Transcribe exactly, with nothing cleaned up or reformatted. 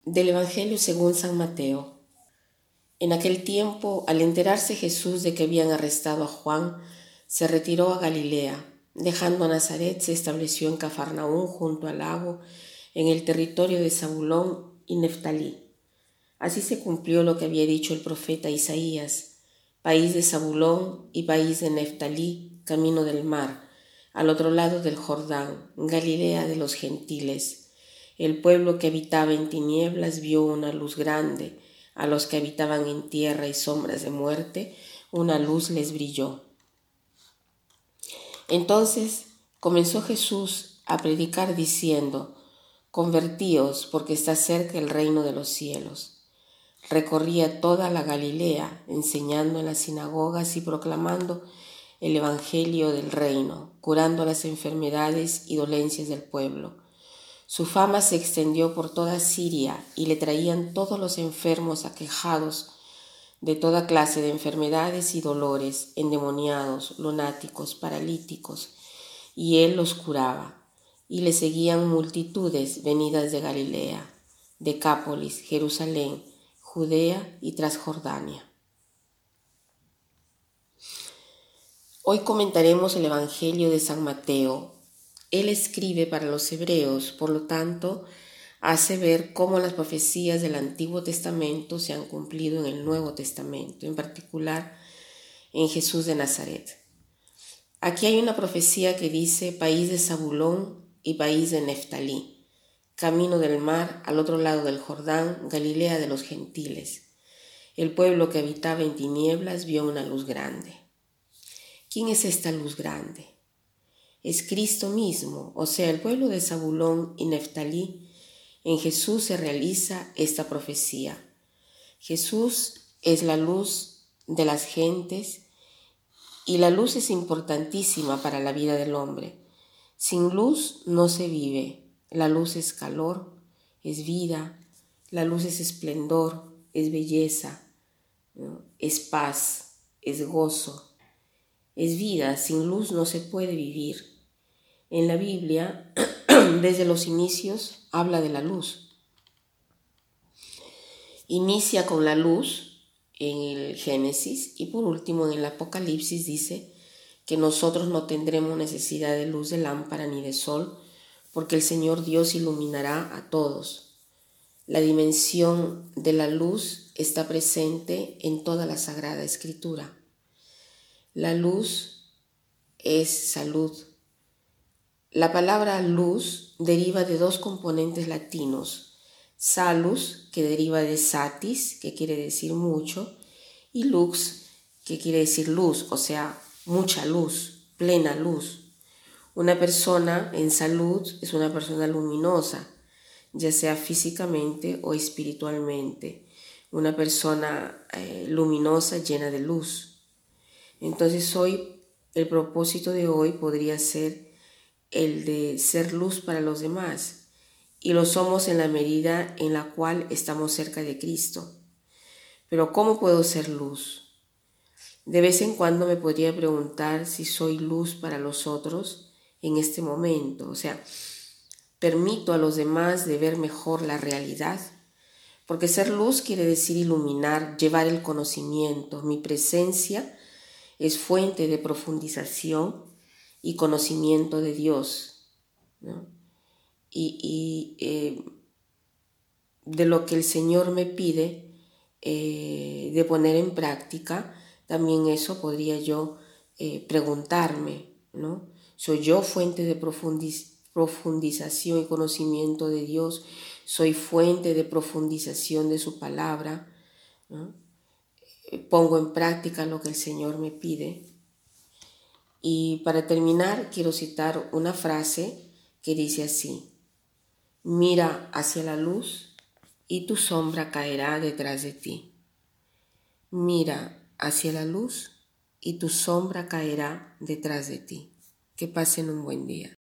Del Evangelio según San Mateo. En aquel tiempo, al enterarse Jesús de que habían arrestado a Juan, se retiró a Galilea. Dejando Nazaret, se estableció en Cafarnaúm, junto al lago, en el territorio de Zabulón y Neftalí. Así se cumplió lo que había dicho el profeta Isaías: país de Zabulón y país de Neftalí, camino del mar, al otro lado del Jordán, Galilea de los gentiles. El pueblo que habitaba en tinieblas vio una luz grande. A los que habitaban en tierra y sombras de muerte, una luz les brilló. Entonces comenzó Jesús a predicar diciendo: convertíos, porque está cerca el reino de los cielos. Recorría toda la Galilea, enseñando en las sinagogas y proclamando el evangelio del reino, curando las enfermedades y dolencias del pueblo. Su fama se extendió por toda Siria y le traían todos los enfermos aquejados de toda clase de enfermedades y dolores, endemoniados, lunáticos, paralíticos, y él los curaba. Y le seguían multitudes venidas de Galilea, Decápolis, Jerusalén, Judea y Transjordania. Hoy comentaremos el Evangelio de San Mateo. Él escribe para los hebreos, por lo tanto, hace ver cómo las profecías del Antiguo Testamento se han cumplido en el Nuevo Testamento, en particular en Jesús de Nazaret. Aquí hay una profecía que dice país de Zabulón y país de Neftalí, camino del mar, al otro lado del Jordán, Galilea de los gentiles. El pueblo que habitaba en tinieblas vio una luz grande. ¿Quién es esta luz grande? Es Cristo mismo, o sea, el pueblo de Zabulón y Neftalí. En Jesús se realiza esta profecía. Jesús es la luz de las gentes y la luz es importantísima para la vida del hombre. Sin luz no se vive. La luz es calor, es vida, la luz es esplendor, es belleza, ¿no? Es paz, es gozo, es vida. Sin luz no se puede vivir. En la Biblia, desde los inicios, habla de la luz. Inicia con la luz en el Génesis y por último en el Apocalipsis dice que nosotros no tendremos necesidad de luz de lámpara ni de sol, porque el Señor Dios iluminará a todos. La dimensión de la luz está presente en toda la Sagrada Escritura. La luz es salud. La palabra luz deriva de dos componentes latinos: salus, que deriva de satis, que quiere decir mucho, y lux, que quiere decir luz, o sea, mucha luz, plena luz. Una persona en salud es una persona luminosa, ya sea físicamente o espiritualmente. Una persona eh, luminosa, llena de luz. Entonces hoy, el propósito de hoy podría ser el de ser luz para los demás, y lo somos en la medida en la cual estamos cerca de Cristo. Pero ¿cómo puedo ser luz? De vez en cuando me podría preguntar si soy luz para los otros en este momento, o sea, permito a los demás de ver mejor la realidad, porque ser luz quiere decir iluminar, llevar el conocimiento. Mi presencia es fuente de profundización y conocimiento de Dios, ¿no? Y, y eh, de lo que el Señor me pide eh, de poner en práctica, también eso podría yo eh, preguntarme, ¿no? ¿Soy yo fuente de profundiz- profundización y conocimiento de Dios? ¿Soy fuente de profundización de su palabra? ¿No? ¿Pongo en práctica lo que el Señor me pide? Y para terminar, quiero citar una frase que dice así: mira hacia la luz y tu sombra caerá detrás de ti. Mira hacia la luz y tu sombra caerá detrás de ti. Que pasen un buen día.